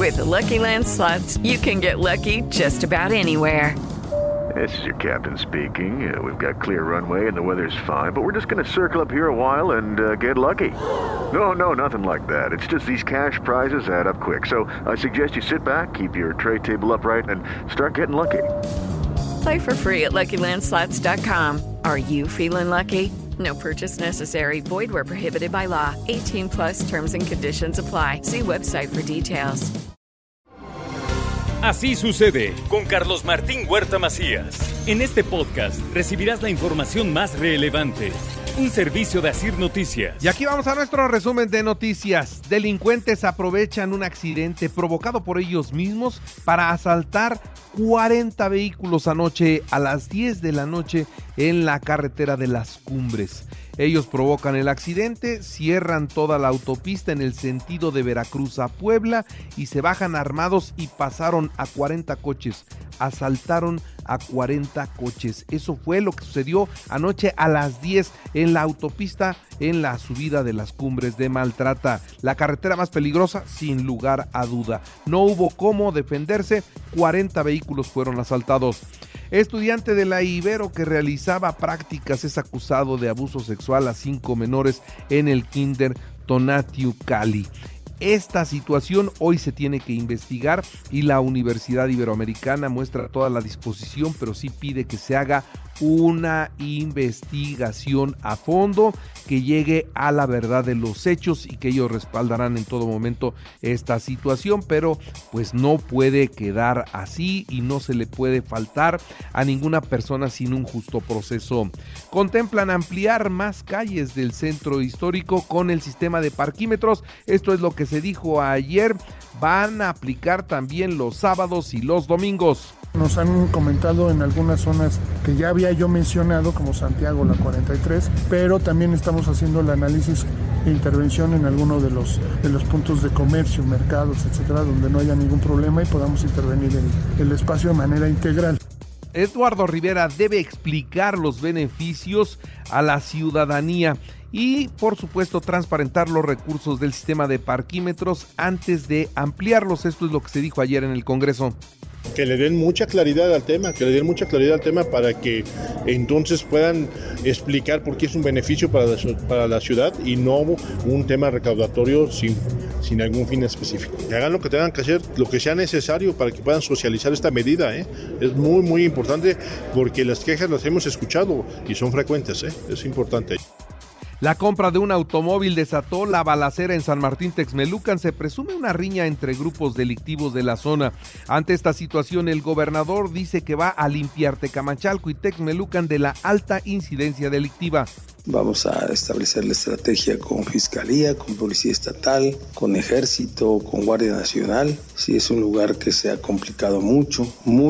With the Lucky Land Slots, you can get lucky just about anywhere. This is your captain speaking. We've got clear runway and the weather's fine, but we're just going to circle up here a while and get lucky. No, nothing like that. It's just these cash prizes add up quick. So I suggest you sit back, keep your tray table upright, and start getting lucky. Play for free at LuckyLandSlots.com. Are you feeling lucky? No purchase necessary. Void where prohibited by law. 18 plus terms and conditions apply. See website for details. Así sucede con Carlos Martín Huerta Macías. En este podcast recibirás la información más relevante. Un servicio de Asir Noticias. Y aquí vamos a nuestro resumen de noticias. Delincuentes aprovechan un accidente provocado por ellos mismos para asaltar 40 vehículos anoche a las 10 de la noche en la carretera de Las Cumbres. Ellos provocan el accidente, cierran toda la autopista en el sentido de Veracruz a Puebla y se bajan armados y pasaron a 40 coches. Asaltaron a 40 coches. Eso fue lo que sucedió anoche a las 10 en la autopista en la subida de Las Cumbres de Maltrata. La carretera más peligrosa, sin lugar a duda. No hubo cómo defenderse, 40 vehículos fueron asaltados. Estudiante de la Ibero que realizaba prácticas es acusado de abuso sexual a 5 menores en el Kinder Tonatiuh Cali. Esta situación hoy se tiene que investigar y la Universidad Iberoamericana muestra toda la disposición, pero sí pide que se haga una investigación a fondo, que llegue a la verdad de los hechos y que ellos respaldarán en todo momento esta situación, pero pues no puede quedar así y no se le puede faltar a ninguna persona sin un justo proceso. Contemplan ampliar más calles del centro histórico con el sistema de parquímetros. Esto es lo que se dijo ayer. Van a aplicar también los sábados y los domingos. Nos han comentado en algunas zonas que ya había yo mencionado, como Santiago, la 43, pero también estamos haciendo el análisis e intervención en algunos de los puntos de comercio, mercados, etcétera, donde no haya ningún problema y podamos intervenir en el espacio de manera integral. Eduardo Rivera debe explicar los beneficios a la ciudadanía y, por supuesto, transparentar los recursos del sistema de parquímetros antes de ampliarlos. Esto es lo que se dijo ayer en el Congreso. Que le den mucha claridad al tema, para que entonces puedan explicar por qué es un beneficio para la ciudad y no un tema recaudatorio sin algún fin específico. Que hagan lo que tengan que hacer, lo que sea necesario para que puedan socializar esta medida. Es muy, muy importante porque las quejas las hemos escuchado y son frecuentes. Es importante. La compra de un automóvil desató la balacera en San Martín Texmelucan. Se presume una riña entre grupos delictivos de la zona. Ante esta situación, el gobernador dice que va a limpiar Tecamachalco y Texmelucan de la alta incidencia delictiva. Vamos a establecer la estrategia con Fiscalía, con Policía Estatal, con Ejército, con Guardia Nacional. Sí, es un lugar que se ha complicado mucho.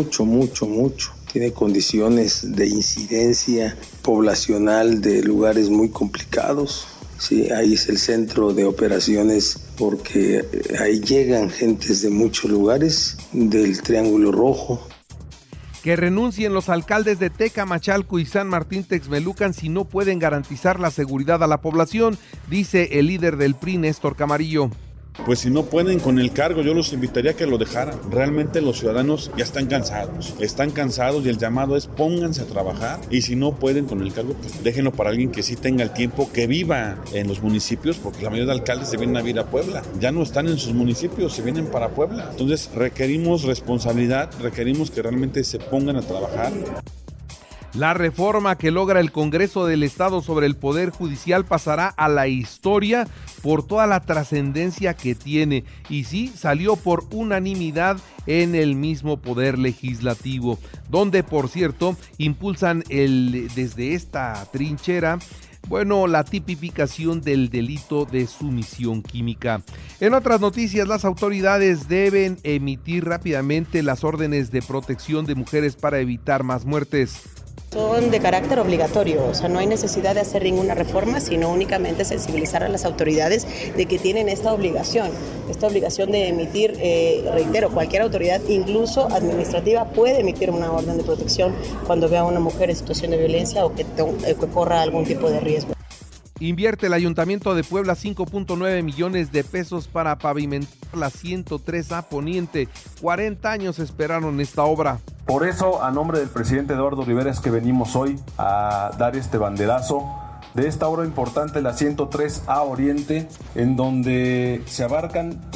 Tiene condiciones de incidencia poblacional de lugares muy complicados. Sí, ahí es el centro de operaciones porque ahí llegan gentes de muchos lugares, del Triángulo Rojo. Que renuncien los alcaldes de Tecamachalco y San Martín Texmelucan si no pueden garantizar la seguridad a la población, dice el líder del PRI, Néstor Camarillo. Pues si no pueden con el cargo, yo los invitaría a que lo dejaran. Realmente los ciudadanos ya están cansados y el llamado es pónganse a trabajar y si no pueden con el cargo, pues déjenlo para alguien que sí tenga el tiempo, que viva en los municipios, porque la mayoría de alcaldes se vienen a vivir a Puebla, ya no están en sus municipios, se vienen para Puebla. Entonces requerimos responsabilidad, requerimos que realmente se pongan a trabajar. La reforma que logra el Congreso del Estado sobre el Poder Judicial pasará a la historia por toda la trascendencia que tiene y sí salió por unanimidad en el mismo Poder Legislativo, donde por cierto impulsan desde esta trinchera la tipificación del delito de sumisión química. En otras noticias, las autoridades deben emitir rápidamente las órdenes de protección de mujeres para evitar más muertes. Son de carácter obligatorio, o sea, no hay necesidad de hacer ninguna reforma, sino únicamente sensibilizar a las autoridades de que tienen esta obligación de emitir, reitero, cualquier autoridad, incluso administrativa, puede emitir una orden de protección cuando vea a una mujer en situación de violencia o que corra algún tipo de riesgo. Invierte el Ayuntamiento de Puebla 5.9 millones de pesos para pavimentar la 103A Poniente. 40 años esperaron esta obra. Por eso, a nombre del presidente Eduardo Rivera, es que venimos hoy a dar este banderazo de esta obra importante, la 103A Oriente, en donde se abarcan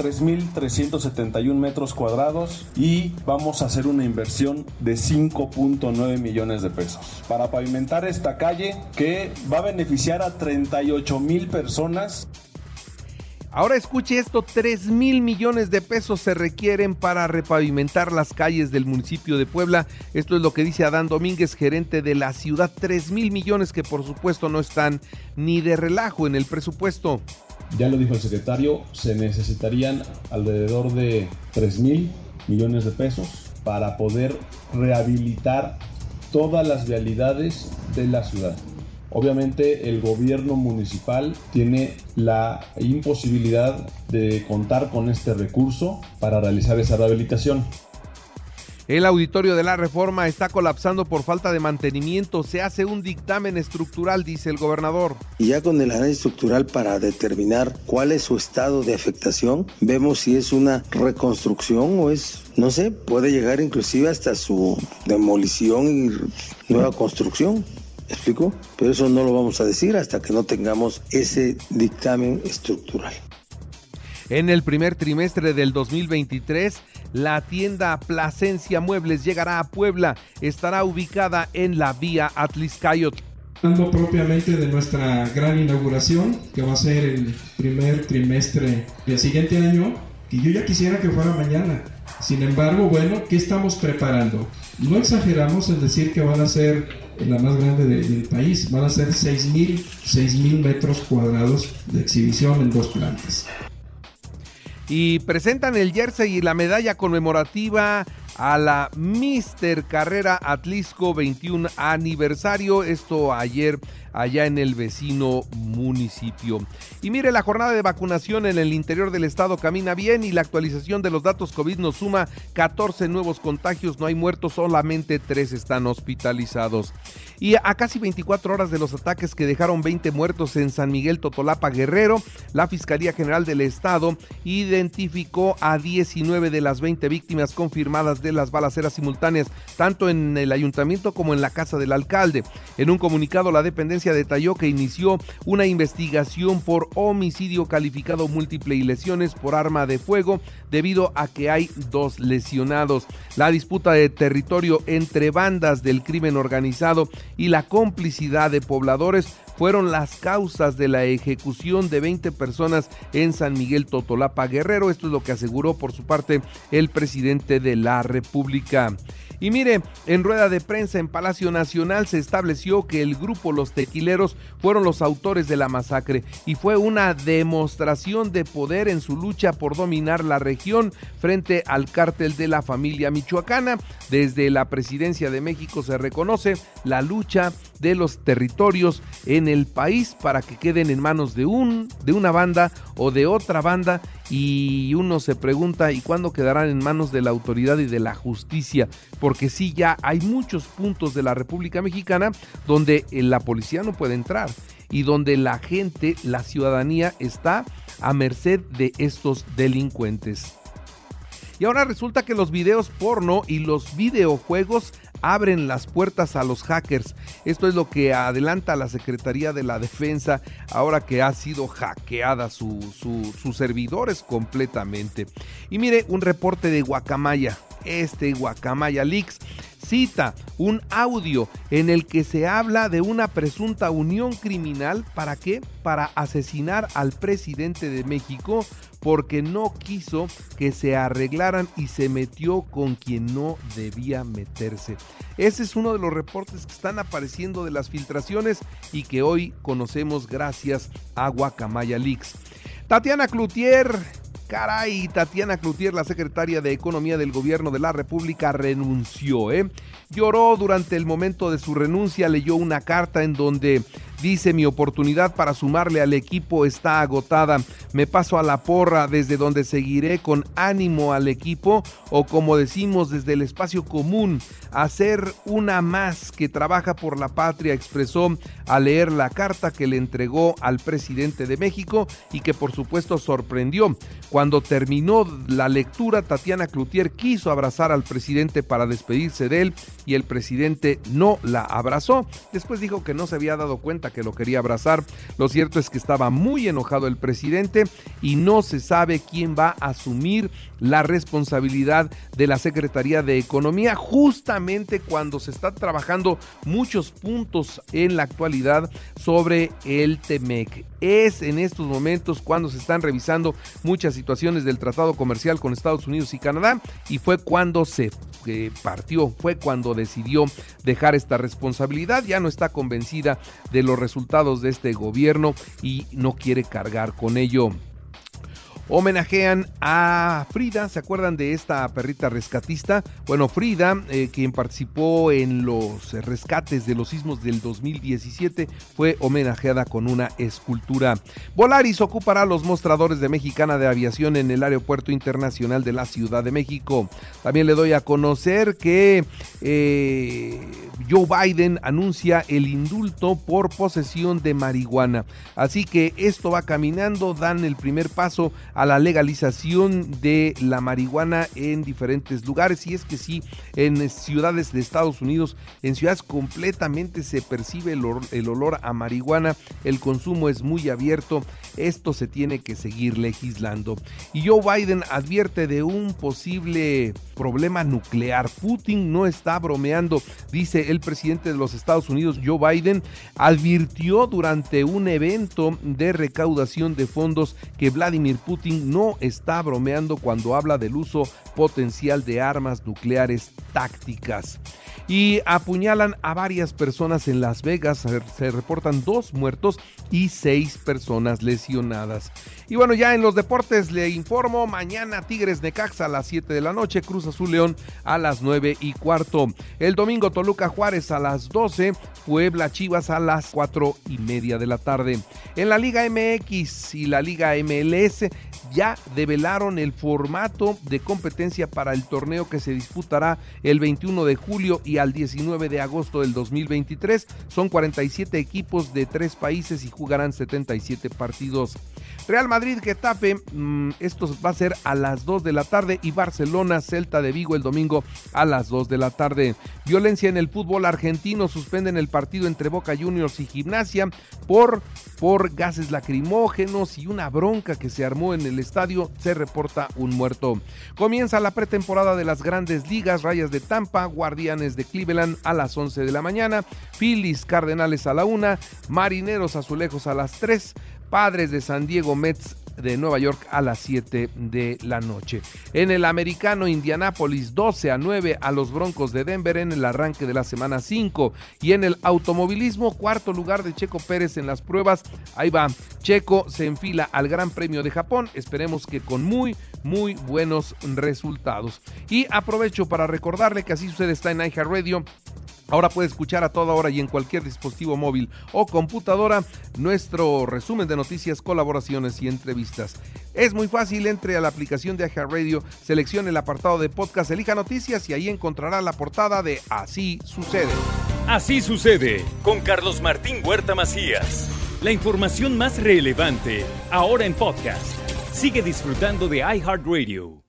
3.371 metros cuadrados y vamos a hacer una inversión de 5.9 millones de pesos para pavimentar esta calle que va a beneficiar a 38,000 personas. Ahora escuche esto, 3,000 millones de pesos se requieren para repavimentar las calles del municipio de Puebla. Esto es lo que dice Adán Domínguez, gerente de la ciudad. 3,000 millones que por supuesto no están ni de relajo en el presupuesto. Ya lo dijo el secretario, se necesitarían alrededor de 3,000 millones de pesos para poder rehabilitar todas las vialidades de la ciudad. Obviamente el gobierno municipal tiene la imposibilidad de contar con este recurso para realizar esa rehabilitación. El auditorio de la Reforma está colapsando por falta de mantenimiento. Se hace un dictamen estructural, dice el gobernador. Y ya con el análisis estructural para determinar cuál es su estado de afectación, vemos si es una reconstrucción o es, no sé, puede llegar inclusive hasta su demolición y nueva construcción. ¿Me explico? Pero eso no lo vamos a decir hasta que no tengamos ese dictamen estructural. En el primer trimestre del 2023, la tienda Plasencia Muebles llegará a Puebla. Estará ubicada en la vía Atlixcayotl. Hablando propiamente de nuestra gran inauguración, que va a ser el primer trimestre del siguiente año, que yo ya quisiera que fuera mañana. Sin embargo, bueno, ¿qué estamos preparando? No exageramos en decir que van a ser la más grande del país. Van a ser 6,000 metros cuadrados de exhibición en 2 plantas. Y presentan el jersey y la medalla conmemorativa a la Mister Carrera Atlixco 21 aniversario. Esto ayer allá en el vecino municipio. Y mire, la jornada de vacunación en el interior del estado camina bien y la actualización de los datos COVID nos suma 14 nuevos contagios, no hay muertos, solamente 3 están hospitalizados. Y a casi 24 horas de los ataques que dejaron 20 muertos en San Miguel Totolapa, Guerrero, la Fiscalía General del Estado identificó a 19 de las 20 víctimas confirmadas de las balaceras simultáneas, tanto en el ayuntamiento como en la casa del alcalde. En un comunicado, la dependencia detalló que inició una investigación por homicidio calificado múltiple y lesiones por arma de fuego debido a que hay 2 lesionados. La disputa de territorio entre bandas del crimen organizado y la complicidad de pobladores fueron las causas de la ejecución de 20 personas en San Miguel Totolapa, Guerrero. Esto es lo que aseguró por su parte el presidente de la República. Y mire, en rueda de prensa en Palacio Nacional se estableció que el grupo Los Tequileros fueron los autores de la masacre y fue una demostración de poder en su lucha por dominar la región frente al cártel de la familia michoacana. Desde la Presidencia de México se reconoce la lucha de los territorios en el país para que queden en manos de una banda o de otra banda, y uno se pregunta, ¿y cuándo quedarán en manos de la autoridad y de la justicia? Porque sí, ya hay muchos puntos de la República Mexicana donde la policía no puede entrar y donde la gente, la ciudadanía está a merced de estos delincuentes. Y ahora resulta que los videos porno y los videojuegos abren las puertas a los hackers. Esto es lo que adelanta la Secretaría de la Defensa ahora que ha sido hackeada sus servidores completamente. Y mire, un reporte de Guacamaya. Guacamaya Leaks cita un audio en el que se habla de una presunta unión criminal. ¿Para qué? Para asesinar al presidente de México porque no quiso que se arreglaran y se metió con quien no debía meterse. Ese es uno de los reportes que están apareciendo de las filtraciones y que hoy conocemos gracias a Guacamaya Leaks. Tatiana Cloutier, la secretaria de Economía del Gobierno de la República, renunció. Lloró durante el momento de su renuncia, leyó una carta en donde Dice: mi oportunidad para sumarle al equipo está agotada. Me paso a la porra, desde donde seguiré con ánimo al equipo, o como decimos desde el espacio común, hacer una más que trabaja por la patria, expresó al leer la carta que le entregó al presidente de México y que por supuesto sorprendió. Cuando terminó la lectura, Tatiana Cloutier quiso abrazar al presidente para despedirse de él y el presidente no la abrazó. Después dijo que no se había dado cuenta que lo quería abrazar. Lo cierto es que estaba muy enojado el presidente y no se sabe quién va a asumir la responsabilidad de la Secretaría de Economía, justamente cuando se está trabajando muchos puntos en la actualidad sobre el TEMEC. Es en estos momentos cuando se están revisando muchas situaciones del tratado comercial con Estados Unidos y Canadá, y fue cuando se partió, fue cuando decidió dejar esta responsabilidad. Ya no está convencida de los resultados de este gobierno y no quiere cargar con ello. Homenajean a Frida, ¿se acuerdan de esta perrita rescatista? Bueno, Frida, quien participó en los rescates de los sismos del 2017, fue homenajeada con una escultura. Volaris ocupará los mostradores de Mexicana de Aviación en el Aeropuerto Internacional de la Ciudad de México. También le doy a conocer que Joe Biden anuncia el indulto por posesión de marihuana. Así que esto va caminando, dan el primer paso a la legalización de la marihuana en diferentes lugares. Y es que sí, en ciudades de Estados Unidos, en ciudades completamente se percibe el olor a marihuana, el consumo es muy abierto, esto se tiene que seguir legislando. Y Joe Biden advierte de un posible problema nuclear. Putin no está bromeando, dice el presidente de los Estados Unidos. Joe Biden advirtió durante un evento de recaudación de fondos que Vladimir Putin no está bromeando cuando habla del uso potencial de armas nucleares tácticas. Y apuñalan a varias personas en Las Vegas, se reportan 2 muertos y 6 personas lesionadas. Y bueno, ya en los deportes le informo: mañana Tigres Necaxa a las 7 de la noche, Cruz Azul León a las 9:15. El domingo Toluca Juárez a las 12, Puebla Chivas a las 4:30 de la tarde. En la Liga MX y la Liga MLS ya develaron el formato de competencia para el torneo que se disputará el 21 de julio y al 19 de agosto del 2023. Son 47 equipos de 3 países y jugarán 77 partidos. Real Madrid Getafe, esto va a ser a las 2 de la tarde, y Barcelona Celta de Vigo el domingo a las 2 de la tarde. Violencia en el fútbol argentino, suspenden el partido entre Boca Juniors y Gimnasia por gases lacrimógenos y una bronca que se armó en el estadio. Se reporta un muerto. Comienza la pretemporada de las Grandes Ligas. Rayas de Tampa, Guardianes de Cleveland a las 11 de la mañana, Phillies Cardenales a la 1, Marineros Azulejos a las 3, Padres de San Diego, Mets de Nueva York a las 7 de la noche. En el americano, Indianápolis 12-9 a los Broncos de Denver en el arranque de la semana 5. Y en el automovilismo, 4º lugar de Checo Pérez en las pruebas. Ahí va, Checo se enfila al Gran Premio de Japón. Esperemos que con muy buenos resultados. Y aprovecho para recordarle que Así Sucede está en iHeartRadio. Ahora puede escuchar a toda hora y en cualquier dispositivo móvil o computadora nuestro resumen de noticias, colaboraciones y entrevistas. Es muy fácil, entre a la aplicación de iHeartRadio, seleccione el apartado de podcast, elija noticias y ahí encontrará la portada de Así Sucede. Así Sucede con Carlos Martín Huerta Macías. La información más relevante ahora en podcast. Sigue disfrutando de iHeartRadio.